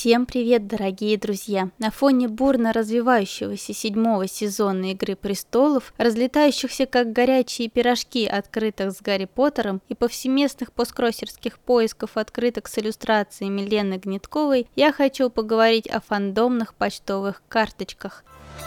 Всем привет, дорогие друзья! На фоне бурно развивающегося 7-го сезона «Игры престолов», разлетающихся как горячие пирожки открыток с Гарри Поттером и повсеместных посткроссерских поисков открыток с иллюстрациями Лены Гнетковой, я хочу поговорить о фандомных почтовых карточках.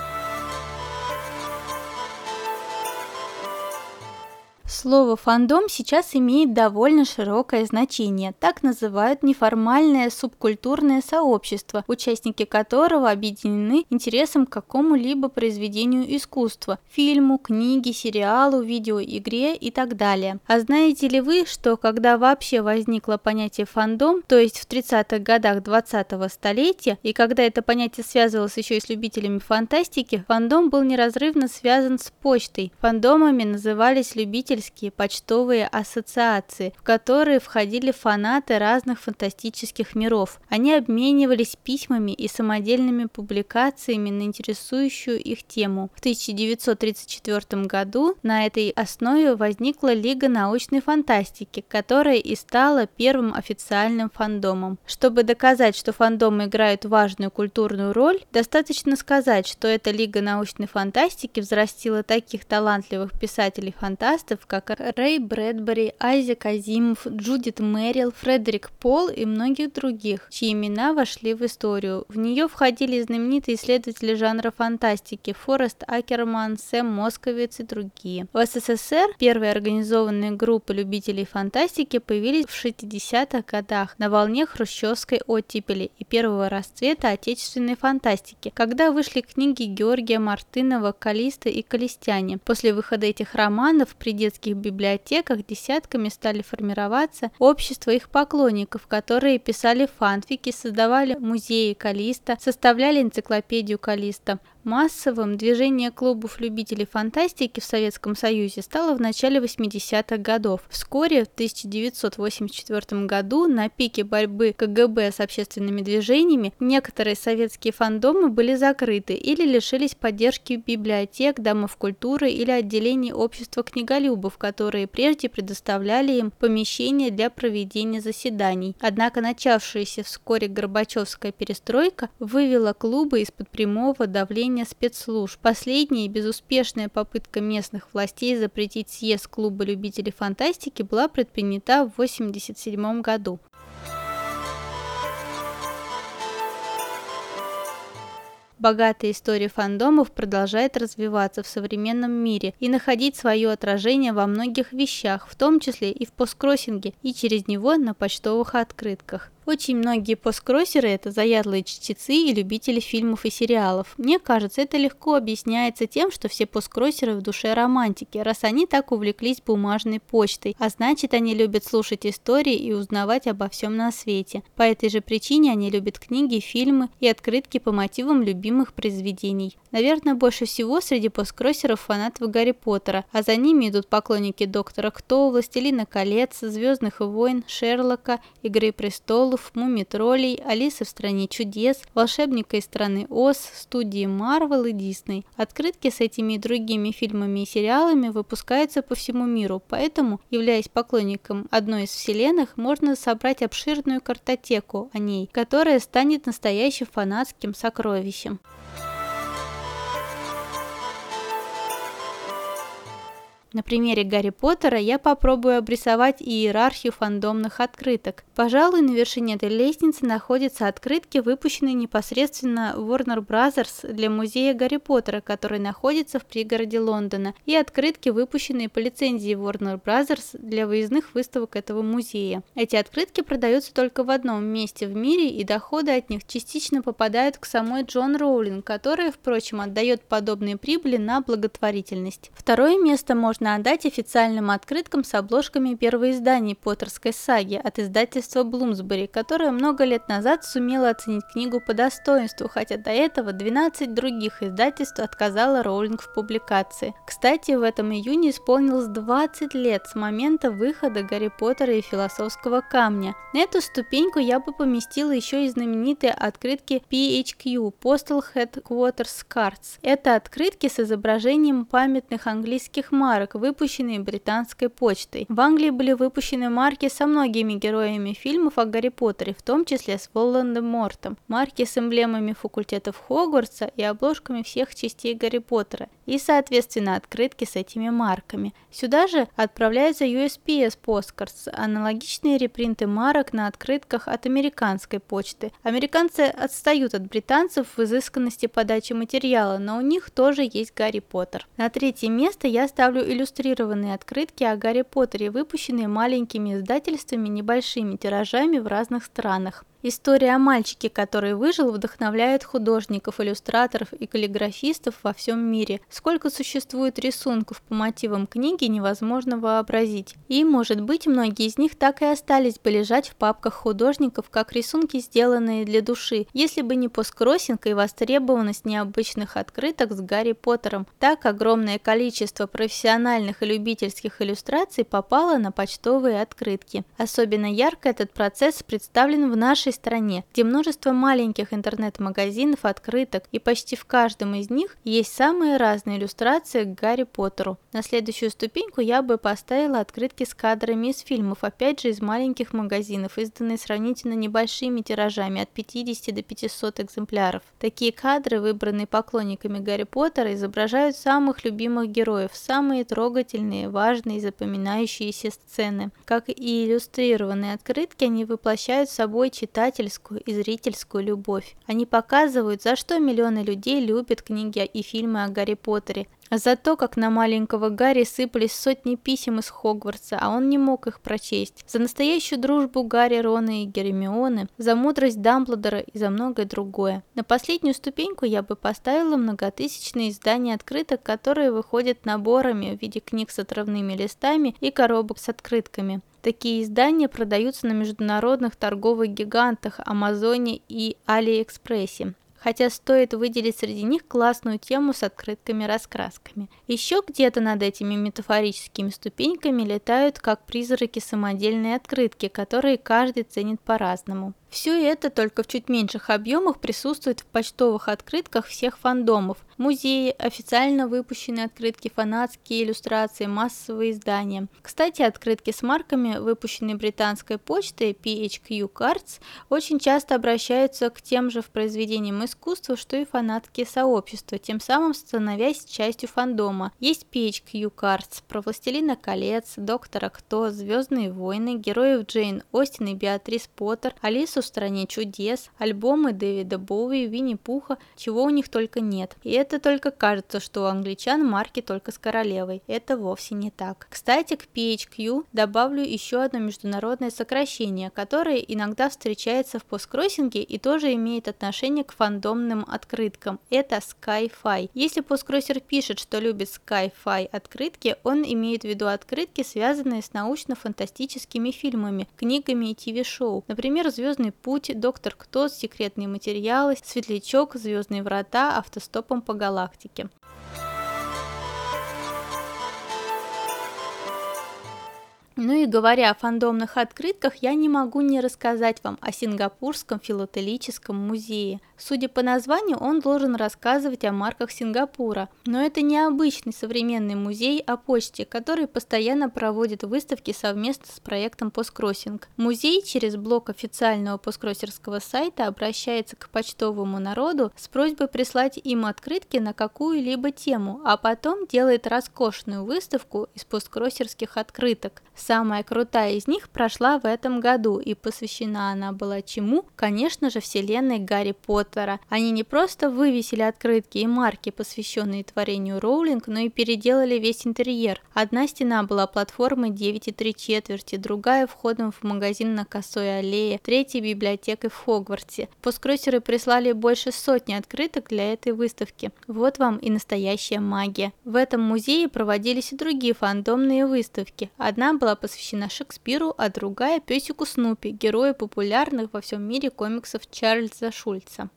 Слово «фандом» сейчас имеет довольно широкое значение. Так называют неформальное субкультурное сообщество, участники которого объединены интересом к какому-либо произведению искусства, фильму, книге, сериалу, видеоигре и так далее. А знаете ли вы, что когда вообще возникло понятие «фандом», то есть в 30-х годах 20-го столетия, и когда это понятие связывалось еще и с любителями фантастики, фандом был неразрывно связан с почтой. Фандомами назывались любительские почтовые ассоциации, в которые входили фанаты разных фантастических миров. Они обменивались письмами и самодельными публикациями на интересующую их тему. В 1934 году на этой основе возникла Лига научной фантастики, которая и стала первым официальным фандомом. Чтобы доказать, что фандомы играют важную культурную роль, достаточно сказать, что эта Лига научной фантастики взрастила таких талантливых писателей-фантастов, как Рэй Брэдбери, Айзек Азимов, Джудит Мэрил, Фредерик Пол и многих других, чьи имена вошли в историю. В нее входили знаменитые исследователи жанра фантастики Форест Акерман, Сэм Московиц и другие. В СССР первые организованные группы любителей фантастики появились в 60-х годах на волне хрущевской оттепели и первого расцвета отечественной фантастики, когда вышли книги Георгия Мартынова «Каллиста» и «Каллистяне». После выхода этих романов при детских библиотеках десятками стали формироваться общества их поклонников, которые писали фанфики, создавали музеи Каллиста, составляли энциклопедию Каллиста. Массовым движение клубов любителей фантастики в Советском Союзе стало в начале 80-х годов. Вскоре, в 1984 году, на пике борьбы КГБ с общественными движениями, некоторые советские фандомы были закрыты или лишились поддержки библиотек, домов культуры или отделений общества книголюбов, которые прежде предоставляли им помещения для проведения заседаний. Однако начавшаяся вскоре Горбачевская перестройка вывела клубы из-под прямого давления спецслужб. Последняя и безуспешная попытка местных властей запретить съезд клуба любителей фантастики была предпринята в 1987 году. Богатая история фандомов продолжает развиваться в современном мире и находить свое отражение во многих вещах, в том числе и в посткроссинге, и через него на почтовых открытках. Очень многие посткроссеры – это заядлые чтецы и любители фильмов и сериалов. Мне кажется, это легко объясняется тем, что все посткроссеры в душе романтики, раз они так увлеклись бумажной почтой, а значит, они любят слушать истории и узнавать обо всем на свете. По этой же причине они любят книги, фильмы и открытки по мотивам любимых произведений. Наверное, больше всего среди посткроссеров фанатов Гарри Поттера, а за ними идут поклонники Доктора Кто, Властелина колец, Звездных войн, Шерлока, Игры престолов, Мумий-троллей, Алисы в стране чудес, Волшебника из страны Оз, студии Marvel и Disney. Открытки с этими и другими фильмами и сериалами выпускаются по всему миру, поэтому, являясь поклонником одной из вселенных, можно собрать обширную картотеку о ней, которая станет настоящим фанатским сокровищем. На примере Гарри Поттера я попробую обрисовать иерархию фандомных открыток. Пожалуй, на вершине этой лестницы находятся открытки, выпущенные непосредственно Warner Bros. Для музея Гарри Поттера, который находится в пригороде Лондона, и открытки, выпущенные по лицензии Warner Bros. Для выездных выставок этого музея. Эти открытки продаются только в одном месте в мире, и доходы от них частично попадают к самой Джон Роулинг, которая, впрочем, отдает подобные прибыли на благотворительность. Второе место можно отдать официальным открыткам с обложками первоизданий Поттерской саги от издательства Блумсбери, которое много лет назад сумело оценить книгу по достоинству, хотя до этого 12 других издательств отказало Роулинг в публикации. Кстати, в этом июне исполнилось 20 лет с момента выхода Гарри Поттера и Философского камня. На эту ступеньку я бы поместила еще и знаменитые открытки PHQ Postal Headquarters Cards. Это открытки с изображением памятных английских марок, марок, выпущенные британской почтой. В Англии были выпущены марки со многими героями фильмов о Гарри Поттере, в том числе с Волан-де-Мортом, марки с эмблемами факультетов Хогвартса и обложками всех частей Гарри Поттера, и, соответственно, открытки с этими марками. Сюда же отправляются USPS Postcards, аналогичные репринты марок на открытках от американской почты. Американцы отстают от британцев в изысканности подачи материала, но у них тоже есть Гарри Поттер. На третье место я ставлю иллюстрированные открытки о Гарри Поттере, выпущенные маленькими издательствами небольшими тиражами в разных странах. История о мальчике, который выжил, вдохновляет художников, иллюстраторов и каллиграфистов во всем мире. Сколько существует рисунков по мотивам книги, невозможно вообразить. И, может быть, многие из них так и остались бы лежать в папках художников, как рисунки, сделанные для души, если бы не посткроссинг и востребованность необычных открыток с Гарри Поттером. Так огромное количество профессиональных и любительских иллюстраций попало на почтовые открытки. Особенно ярко этот процесс представлен в нашей стране, где множество маленьких интернет-магазинов, открыток, и почти в каждом из них есть самые разные иллюстрации к Гарри Поттеру. На следующую ступеньку я бы поставила открытки с кадрами из фильмов, опять же из маленьких магазинов, изданные сравнительно небольшими тиражами от 50 до 500 экземпляров. Такие кадры, выбранные поклонниками Гарри Поттера, изображают самых любимых героев, самые трогательные, важные и запоминающиеся сцены. Как и иллюстрированные открытки, они воплощают собой читательскую и зрительскую любовь. Они показывают, за что миллионы людей любят книги и фильмы о Гарри Поттере. За то, как на маленького Гарри сыпались сотни писем из Хогвартса, а он не мог их прочесть. За настоящую дружбу Гарри, Рона и Гермионы, за мудрость Дамблдора и за многое другое. На последнюю ступеньку я бы поставила многотысячные издания открыток, которые выходят наборами в виде книг с отрывными листами и коробок с открытками. Такие издания продаются на международных торговых гигантах Амазоне и Алиэкспрессе. Хотя стоит выделить среди них классную тему с открытками-раскрасками. Еще где-то над этими метафорическими ступеньками летают как призраки самодельные открытки, которые каждый ценит по-разному. Все это только в чуть меньших объемах присутствует в почтовых открытках всех фандомов. Музеи, официально выпущенные открытки, фанатские иллюстрации, массовые издания. Кстати, открытки с марками, выпущенные британской почтой PHQ Cards, очень часто обращаются к тем же произведениям искусства, что и фанатские сообщества, тем самым становясь частью фандома. Есть PHQ Cards про «Властелина колец», «Доктора Кто», «Звездные войны», героев Джейн Остин и Беатрис Поттер, Алису в стране чудес, альбомы Дэвида Боуи, Винни-Пуха, чего у них только нет. И это только кажется, что у англичан марки только с королевой. Это вовсе не так. Кстати, к PHQ добавлю еще одно международное сокращение, которое иногда встречается в посткроссинге и тоже имеет отношение к фандомным открыткам. Это Sci-Fi. Если посткроссер пишет, что любит Sci-Fi открытки, он имеет в виду открытки, связанные с научно-фантастическими фильмами, книгами и ТВ-шоу. Например, «Звездный путь», «Доктор Кто», «Секретные материалы», «Светлячок», «Звездные врата», «Автостопом по галактике». Ну и говоря о фандомных открытках, я не могу не рассказать вам о Сингапурском филателическом музее. Судя по названию, он должен рассказывать о марках Сингапура, но это не обычный современный музей о почте, который постоянно проводит выставки совместно с проектом Посткроссинг. Музей через блок официального посткроссерского сайта обращается к почтовому народу с просьбой прислать им открытки на какую-либо тему, а потом делает роскошную выставку из посткроссерских открыток. Самая крутая из них прошла в этом году, и посвящена она была чему? Конечно же, вселенной Гарри Поттера. Они не просто вывесили открытки и марки, посвященные творению Роулинг, но и переделали весь интерьер. Одна стена была платформой 9,3, другая входом в магазин на Косой аллее, третья библиотекой в Хогвартсе. Посткроссеры прислали больше сотни открыток для этой выставки. Вот вам и настоящая магия. В этом музее проводились и другие фандомные выставки. Одна была посвящена Шекспиру, а другая песику Снупи, герою популярных во всем мире комиксов Чарльза Шульца.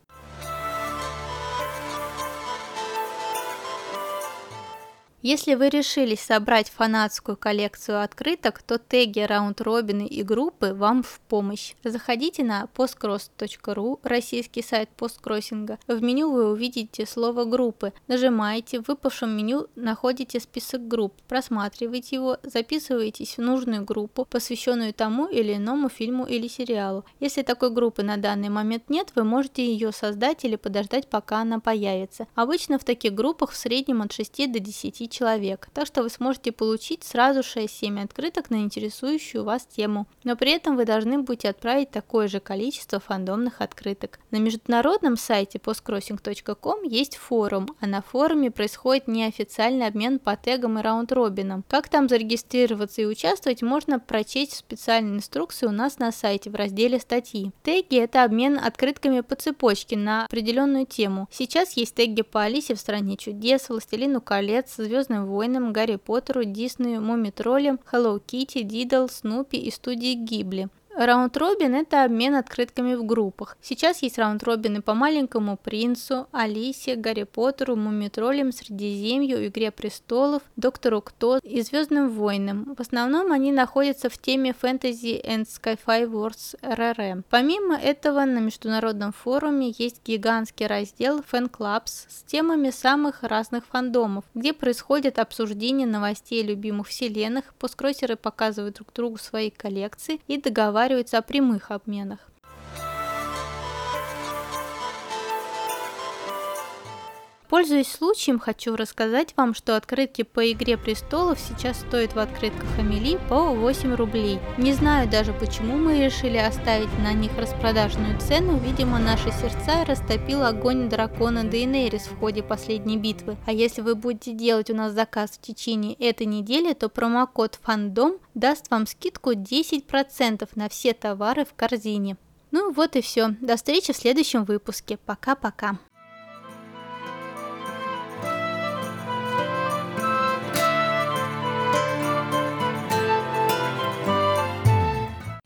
Если вы решились собрать фанатскую коллекцию открыток, то теги, раунд-робины и группы вам в помощь. Заходите на postcross.ru, российский сайт посткроссинга. В меню вы увидите слово «группы». Нажимаете, в выпавшем меню находите список групп, просматриваете его, записываетесь в нужную группу, посвященную тому или иному фильму или сериалу. Если такой группы на данный момент нет, вы можете ее создать или подождать, пока она появится. Обычно в таких группах в среднем от 6 до 10 человек, так что вы сможете получить сразу 6-7 открыток на интересующую вас тему, но при этом вы должны будете отправить такое же количество фандомных открыток. На международном сайте postcrossing.com есть форум, а на форуме происходит неофициальный обмен по тегам и раунд-робинам. Как там зарегистрироваться и участвовать, можно прочесть в специальной инструкции у нас на сайте в разделе «Статьи». Теги – это обмен открытками по цепочке на определенную тему. Сейчас есть теги по Алисе в стране чудес, Властелину колец, Звездным войнам, Гарри Поттеру, Диснею, Муми-троллям, Hello Kitty, Дидл, Снупи и студии Гибли. Раунд-робин – это обмен открытками в группах. Сейчас есть раунд-робины по Маленькому принцу, Алисе, Гарри Поттеру, Муми-троллям, Средиземью, Игре престолов, Доктору Кто и Звездным войнам. В основном они находятся в теме Fantasy and Sci-Fi Wars РР. Помимо этого, на международном форуме есть гигантский раздел Fan Clubs с темами самых разных фандомов, где происходит обсуждение новостей любимых вселенных, посткроссеры показывают друг другу свои коллекции и договариваются о прямых обменах. Пользуясь случаем, хочу рассказать вам, что открытки по Игре престолов сейчас стоят в открытках Амели по 8 рублей. Не знаю даже, почему мы решили оставить на них распродажную цену, видимо, наши сердца растопил огонь дракона Дейенерис в ходе последней битвы. А если вы будете делать у нас заказ в течение этой недели, то промокод FANDOM даст вам скидку 10% на все товары в корзине. Ну вот и все. До встречи в следующем выпуске. Пока-пока.